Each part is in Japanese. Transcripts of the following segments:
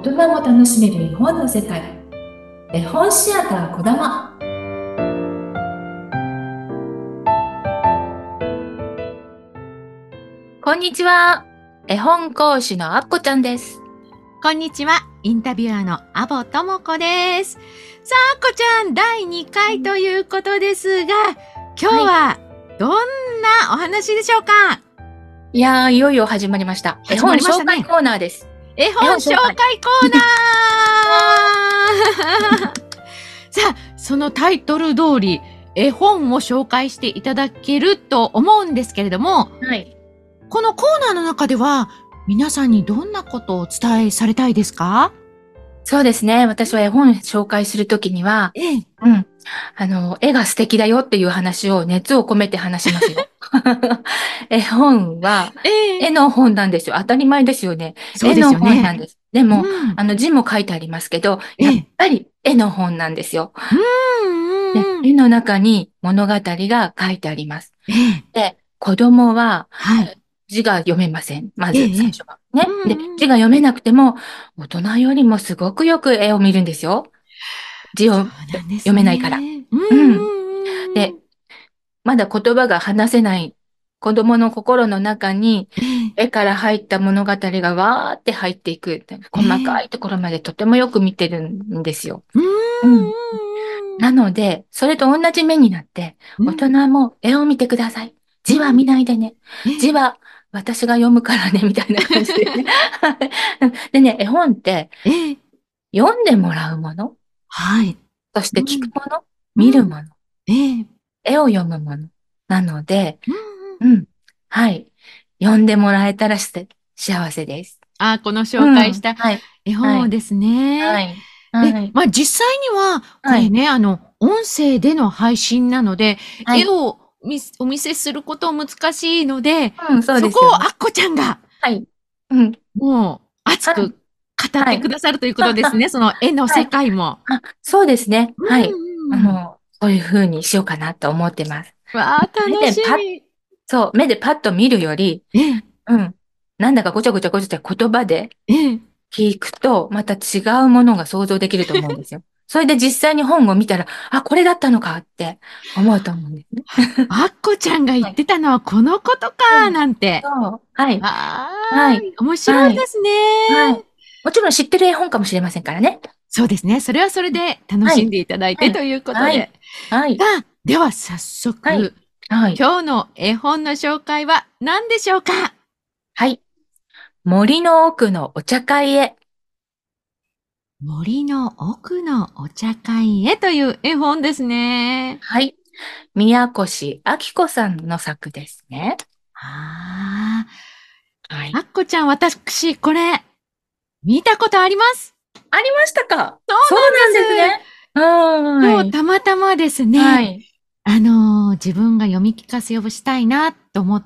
人も楽しめる絵本の世界。絵本シアターこだま。こんにちは。絵本講師のあっこちゃんです。 こんにちは。インタビュアーのアボともこです。さあ、あっこちゃん、第2回ということですが、今日はどんなお話でしょうか？ いやー、いよいよ始まりました。絵本紹介コーナーです。 絵本紹介コーナーさあ、そのタイトル通り、絵本を紹介していただけると思うんですけれども、 はい。 このコーナーの中では、皆さんにどんなことをお伝えされたいですか？ そうですね。私は絵本紹介するときには、 ええ。 絵が素敵だよっていう話を熱を込めて話しますよ。絵本はええ。 絵の本なんですよ。当たり前ですよね。 そうです絵のよね。 本なんです。でも、 うん。 字も書いてありますけど、やっええ。 ぱり絵の本なんですよ。 うんで、 うんうん。 絵の中に物語が書いてあります。 ええ。 で、子供ははい。 字が読めません。まええず最ええ。 初は。ね。で、 うんうん。 字が読めなくても、大人よりもすごくよく絵を見るんですよ。字そをうなんです読めないから。 ね。うんうん。 うんうんうで、 ん。 まだ言葉が話せない子供の心の中に、 ええ。 絵から入った物語がわーって入っていく。 え細かいえ。 ところまでとてもよく見てるんですよ。 うんうん。 うんうん。 なので、それと同じ目になって、大うん。 人も絵を見てください。字は見うん。 ないでね。 ええ。 字は私が読むからね、みたいな感じでね。はいでね、絵本ってええ。 読んでもらうもの、 はい。 そして聞くうん。 もの、見るうん。 もの、 ええ。 絵を読むもの。なので、 うんうん。 うん。はい。読んでもらえたら幸せです。 あ、この紹うん。 介したはい。 絵はい。 本ですね。 はい。 で、 はい。 まあ、実際には、こはい。 れね、音声での配信なので、 はい。 絵をお見せすること難しいので、 うん、そうそですよね。 こをアッコちゃんが、 はい。うん。 もう、熱はい。 く語ってはい。 くださるということですね。その絵の世はい。 界も。 そうですね。 うはい。 んうんうん。 そういう風にしようかなと思ってます。 わあ、 目楽でパッ、 しみ。 そう、目でパッと見るより、 ええ、 うん。なんだかごちゃごちゃごちゃ言葉でええ。 聞くと、また違うものが想像できると思うんですよ。それで実際に本を見たら、あ、これだったのかって思うと思うんですね。 アッコちゃんが言っはい。 てたのはこのことか、 うん。 なんて。 そう。はい。 ははい。 ーい、面白はい。 いですね。 はい。もちろん知ってる絵本かもしれませんからね。 そうですね。それはそれで楽はい。 しんでいただいはい。 てということはい。 で。 はい。 さあ、では早はい。 速、 はい。 今日の絵本の紹介は何でしょうか？ はい。森の奥のお茶会へ。 森の奥のお茶会へという絵本ですね。 はい。宮越明子さんの作ですね。 ああ、 はい。 あっこちゃん、私、これ、見たことあります。 ありましたか？ そうそうなんですなんです。 ね。は今日い。 たまたまですね、 はい。 自分が読み聞かせをしたいなと思って、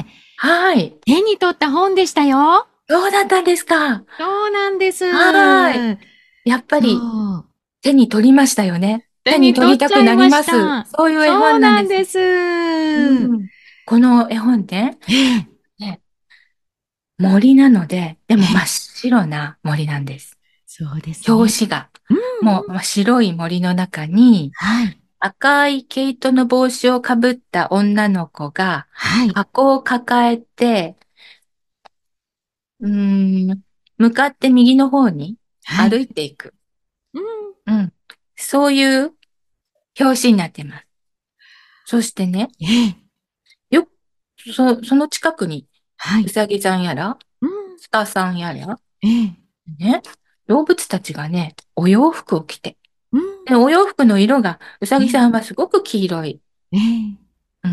はい。 手に取った本でしたよ。 そうだったんですか。 そうなんです。 はい。やっぱそりう。 手に取りましたよね。手に手に取っ取りたくなりちゃいまします。 た。 そういう絵そう本なんです。 なんです。 うん。この絵本ね、 ええ、 ね、森なので、でも真っええ、 白な森なんです。 そうですね。 表紙が。 うんもううん。 白い森の中に、 はい。 赤い毛糸の帽子をかぶった女の子が、 はい。 箱を抱えて、うーん、向かって右の方にはい。 歩いていく。 うん。 うん。そういう表紙になってます。そしてね、 ええ。 よ、その近くに、 はい。 うさぎさんやら、 うん。 鹿さんやら、 ええ。 ね、動物たちがね、お洋服を着て、 うん。 で、お洋服の色が、うさええ。 ぎさんはすごく黄色い、 ええ。 うん、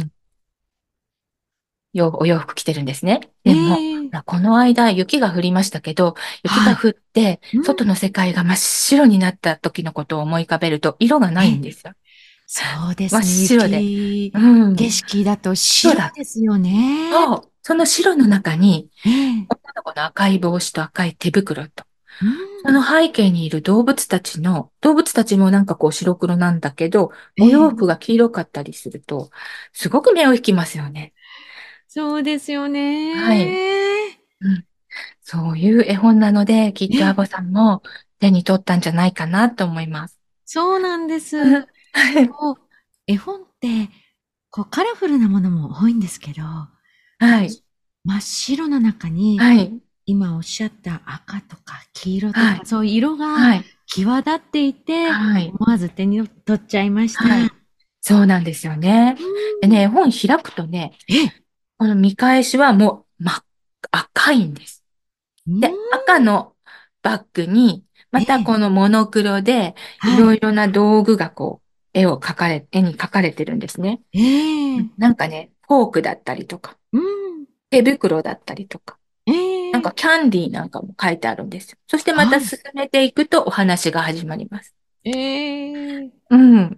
お洋服着てるんですね。 えでも、 え。 この間雪が降りましたけど、雪はい。 が降って、 うん。 外の世界が真っ白になった時のことを思い浮かべると、色がええ。 ないんですよ。 そうで真っすね。 白で。 雪うん。 景色だとそうだ。 白いですよね。 そう。その白の中に、 ええ。 女の子の赤い帽子と赤い手袋と、 うそのん。 背景にいる動物たちもなんかこう白黒なんだけど、お洋ええ。 服が黄色かったりすると、すごく目を引きますよね。 そうですよはい。 ね。 うん。 そういう絵本なので、きっとアえ、 ボさんも手に取ったんじゃないかなと思います。 そうなんです。こう、絵本って、カラフルなものも多いんですけど、 はい。 真っ白の中に、 はい。 今おっしゃった赤とか黄色とか、 はい。 そういう色がはい。 際立っていて、 はい。 思わず手に取っちゃいました。 はい。そうなんですよね。 うでね、 ん。 絵本開くとね、 え、 この見返しはもう赤いんです。 うん。 で、赤のバッグに、またえ、 このモノクロで、いはい。 ろいろな道具が絵に描かれてるんですね。 ええ、 なんかね、フォークだったりとか、 うん。 手袋だったりとか、 えなんかえ、 キャンディーなんかも書いてあるんですよ。そしてまたはい。 進めていくとお話が始まります。 ええ、 うん、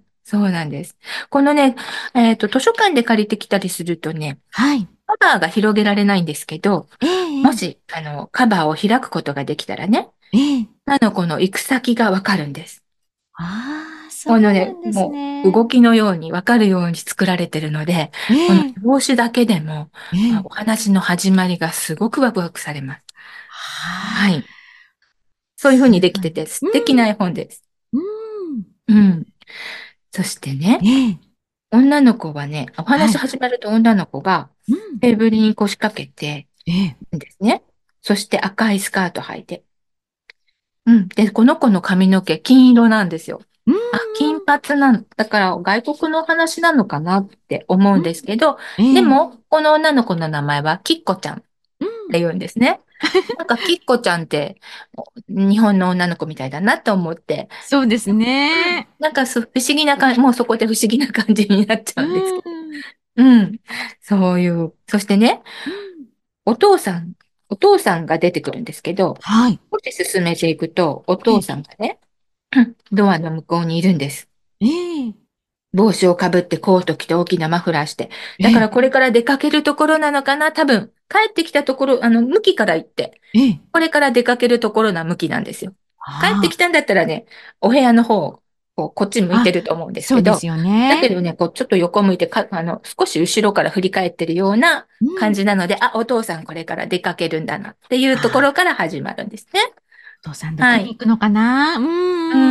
そうなんです。このね、図書館で借りてきたりするとね、 はい。 カバーが広げられないんですけど、 ええ、 もし、カバーを開くことができたらね、 ええ、ええ。 女の子の行く先がわかるんです。 ああ、そうこのね、 なんですもう動ね。 きのようにわかるように作られてるので、 えこのえ、 表紙だけでも、 ええ。 お話の始まりがすごくワクワクされます。 はあ、 はい。そういうふうすにできごい。 てて素敵な絵本です。 うん、うん。 うん。そしてね、 ええ、 女の子はね、お話はい。 始まると女の子がうん。 テーブルに腰掛けてええ、 んですね。そして赤いスカート履いて。うん。で、この子の髪の毛金色なんですよ。 うん、 あ、金髪だから外国の話なのかなって思うんうん。 ですけど、 ええ、 でも、この女の子の名前はキッコちゃんっうん。 て言うんですね。なんかキッコちゃんって日本の女の子みたいだなと思って、 そうですね。 なんか不思議な感じ、もうそこで不思議な感じになっちうゃうんですけん。 ど。うん。そういう。そしてね、 うん。 お父さん、お父さんが出てくるんですけど、 はい。 少し進めていくと、お父ええ、 さんがね、ドアの向こうにいるんです。 ええ、 帽子をかぶってコート着て大きなマフラーして。 ええ、 だからこれから出かけるところなのかな多分、帰ってきたところ、向きから行って、 ええ。 これから出かけるところな向きなんですよ。帰ってあきたんだったらね、お部屋の方、こっち向いあ、あ、 てると思うんですけど、 そうですよね。 だけどね、ちょっと横向いて少し後ろから振り返ってるような感うん。 じなので、あ、お父さんこれから出かけるんだなっていうとこああ、 ろから始まるんですね。 お父さんどこはい。 に行くのかな。うん、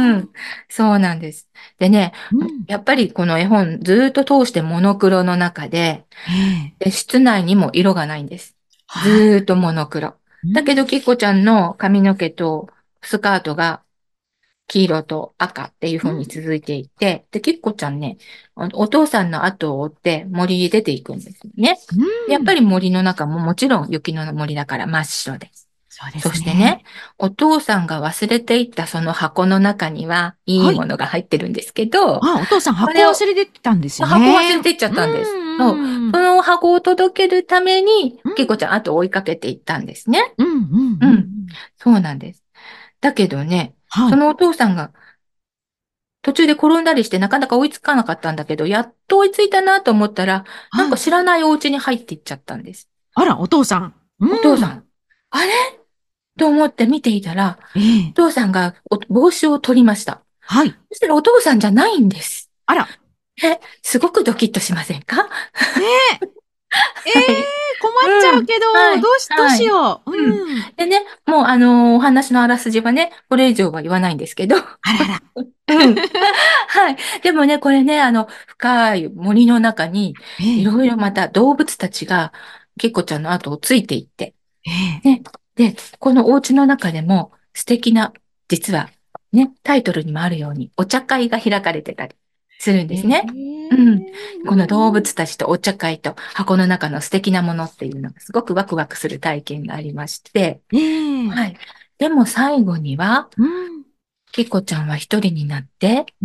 うん。 うん。そうなんです。でね、 うん。 やっぱりこの絵本ずーっと通してモノクロの中で、 ええ、 室内にも色がないんです。ずはい。 ーっとモノクロ。だけど、 うん。 キッコちゃんの髪の毛とスカートが黄色と赤っていう風にうん。 続いていて、で、キッコちゃんね、お父さんの後を追って森に出ていくんですよね。 うでやっぱん。 り森の中ももちろん雪の森だから真っ白です。 そうでそすね。 してね、お父さんが忘れていったその箱の中にはいはい。 いものが入ってるんですけど、 あ、お父さんこれを、 箱忘れてったんです箱忘ね。 れていっちゃっうたんです。そう。 ん、うん。 その箱を届けるために、 うん、 キコちゃん後を追いかけていったんですね。 うん、うん、うん。 うん。 うん。 そうなんです。だけどね、 はい。 そのお父さんが途中で転んだりしてなかなか追いつかなかったんだけど、やっと追いついたなと思ったら、なんはい。 か知らないお家に入っていっちゃったんです。 あら、お父さん。うん。 お父さん。あれと思って見ていたら、 ええ。 お父さんが帽子を取りました。 はい。 そしたらお父さんじゃないんです。 あら。 すごくドキッとしませんか？ ねえ。えはい。 え、困っちうん。 ゃうけど、 はい。 どうはい。 しよう。 うん。 うん。 でね、もうお話のあらすじはね、これ以上は言わないんですけど。 あらあら。 うん。はい。でもね、これね、深い森の中に、 ええ、 いろいろまた動物たちが、キッコちゃんの後をついていって、 ええ、 ね。で、このお家の中でも素敵な、実は、ね、タイトルにもあるように、お茶会が開かれてたりするんでえすね。 え、 うん。この動うん、 物たちとお茶会と箱の中の素敵なものっていうのがすごくワクワクする体験がありまして、 ええ、 はい。でも最後には、 うん、 キコちゃんは一人になって、 うん。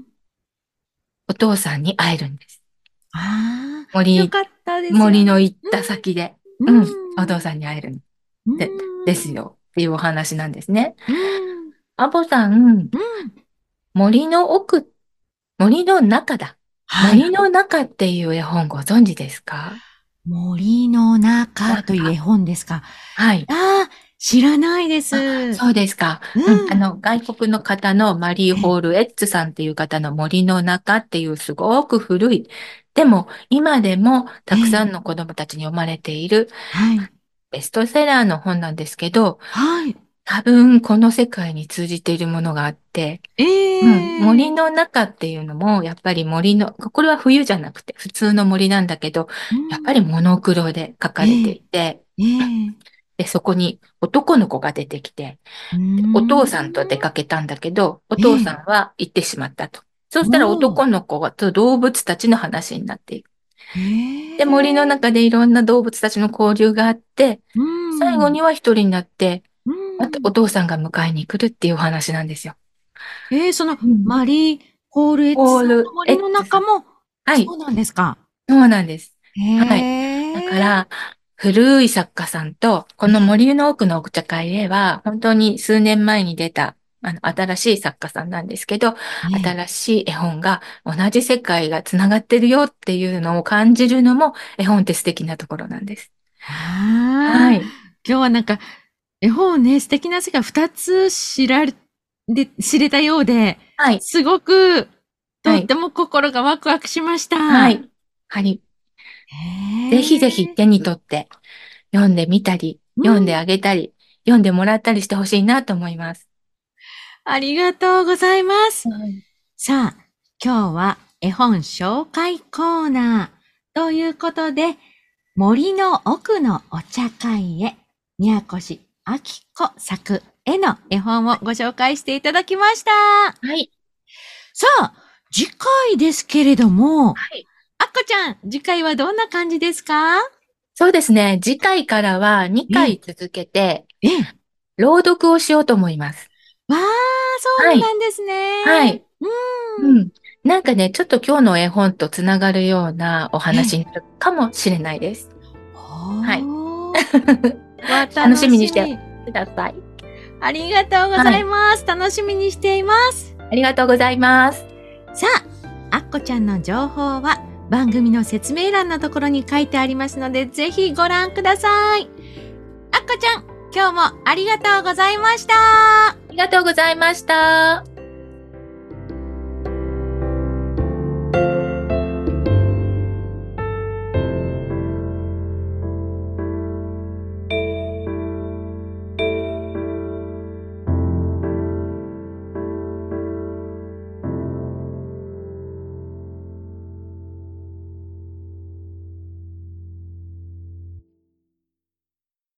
お父さんに会えるんです。 ああ、よ森、 かったですよ森のね。 行った先で。 ううん。お父ん、 さんに会えるんうですん、 よ。っていうお話なんですね。 うん、 アボさん、 うん。 森の奥、森の中だ。 はい。 森の中っていう絵本ご存知ですか？ 森の中という絵中。 本ですか。 はい。 ああ、知らないであ、 す。 そうですか。うん。 うん。 外国の方のマリー・ええ、 ホール・エッツさんっていう方の森の中っていうすごく古い。でも、今でもええ、 たくさんの子供たちに読まれているはい。 ベストセラーの本なんですけど、 はい。 多分この世界に通じているものがあって、うん、森ええの中っていうのも、やっぱり森の、これは冬じゃなくて普通の森なんだけど、 うやっぱりん。 モノクロで描かれてええいて、 ええで、そこに男の子が出てきて、 うーお父ん。 さんと出かけたんだけど、お父さええんは行ってしまったと。そうしたらおー。 男の子と動物たちの話になっていく。で、森のええ中でいろんな動物たちの交流があって、 う最後ん。 には一人になって、 うまたん。 お父さんが迎えに来るっていうお話なんですよ。 そのうん。 マリー・ポール・エッジさんのポール・エ森のッツさん。 中も、 はい。 そうなんですか？ そうなんです。 へはい。だかえ。 ら、古い作家さんと、この森の奥のお茶会では、本当に数年前に出た、新しい作家さんなんですけど、 ええ新しい絵本が同じ世界がつながってるよっていうのを感じるのも、絵本って素敵なところなんです。 ああ、 はい。 今日はなんか、絵本ね、素敵な世界2つ知れたようで、 はい。 すごく、とはい。 っても心がワクワクしました。 はい。はい。ぜひぜひへえ。 手に取って読んでみたり、 うん、 読んであげたり、読んでもらったりしてほしいなと思います。 ありがとうございます。 はい。 さあ、今日は絵本紹介コーナーということで、森の奥のお茶会へ、宮越明子作への絵本をご紹介していただきました。 はい。 さあ、次回ですけれども、 はい。 あっこちゃん、次回はどんな感じですか？ そうですね。次回からは2回ええ、 続けて、 ええ。 朗読をしようと思います。 わあ、そうはい。 なんですね。 はい。 うん。 うん。なんかね、ちょっと今日の絵本とつながるようなおええ。 話になるかもしれないです。はい。 ほー。わ、 楽し楽みにしてしみ。 ください。 ありがとうございはい。 ます。楽しみにしています。 ありがとうございます。 さあ、あっこちゃんの情報は番組の説明欄のところに書いてありますので、ぜひご覧ください。あっこちゃん、今日もありがとうございました。 ありがとうございました。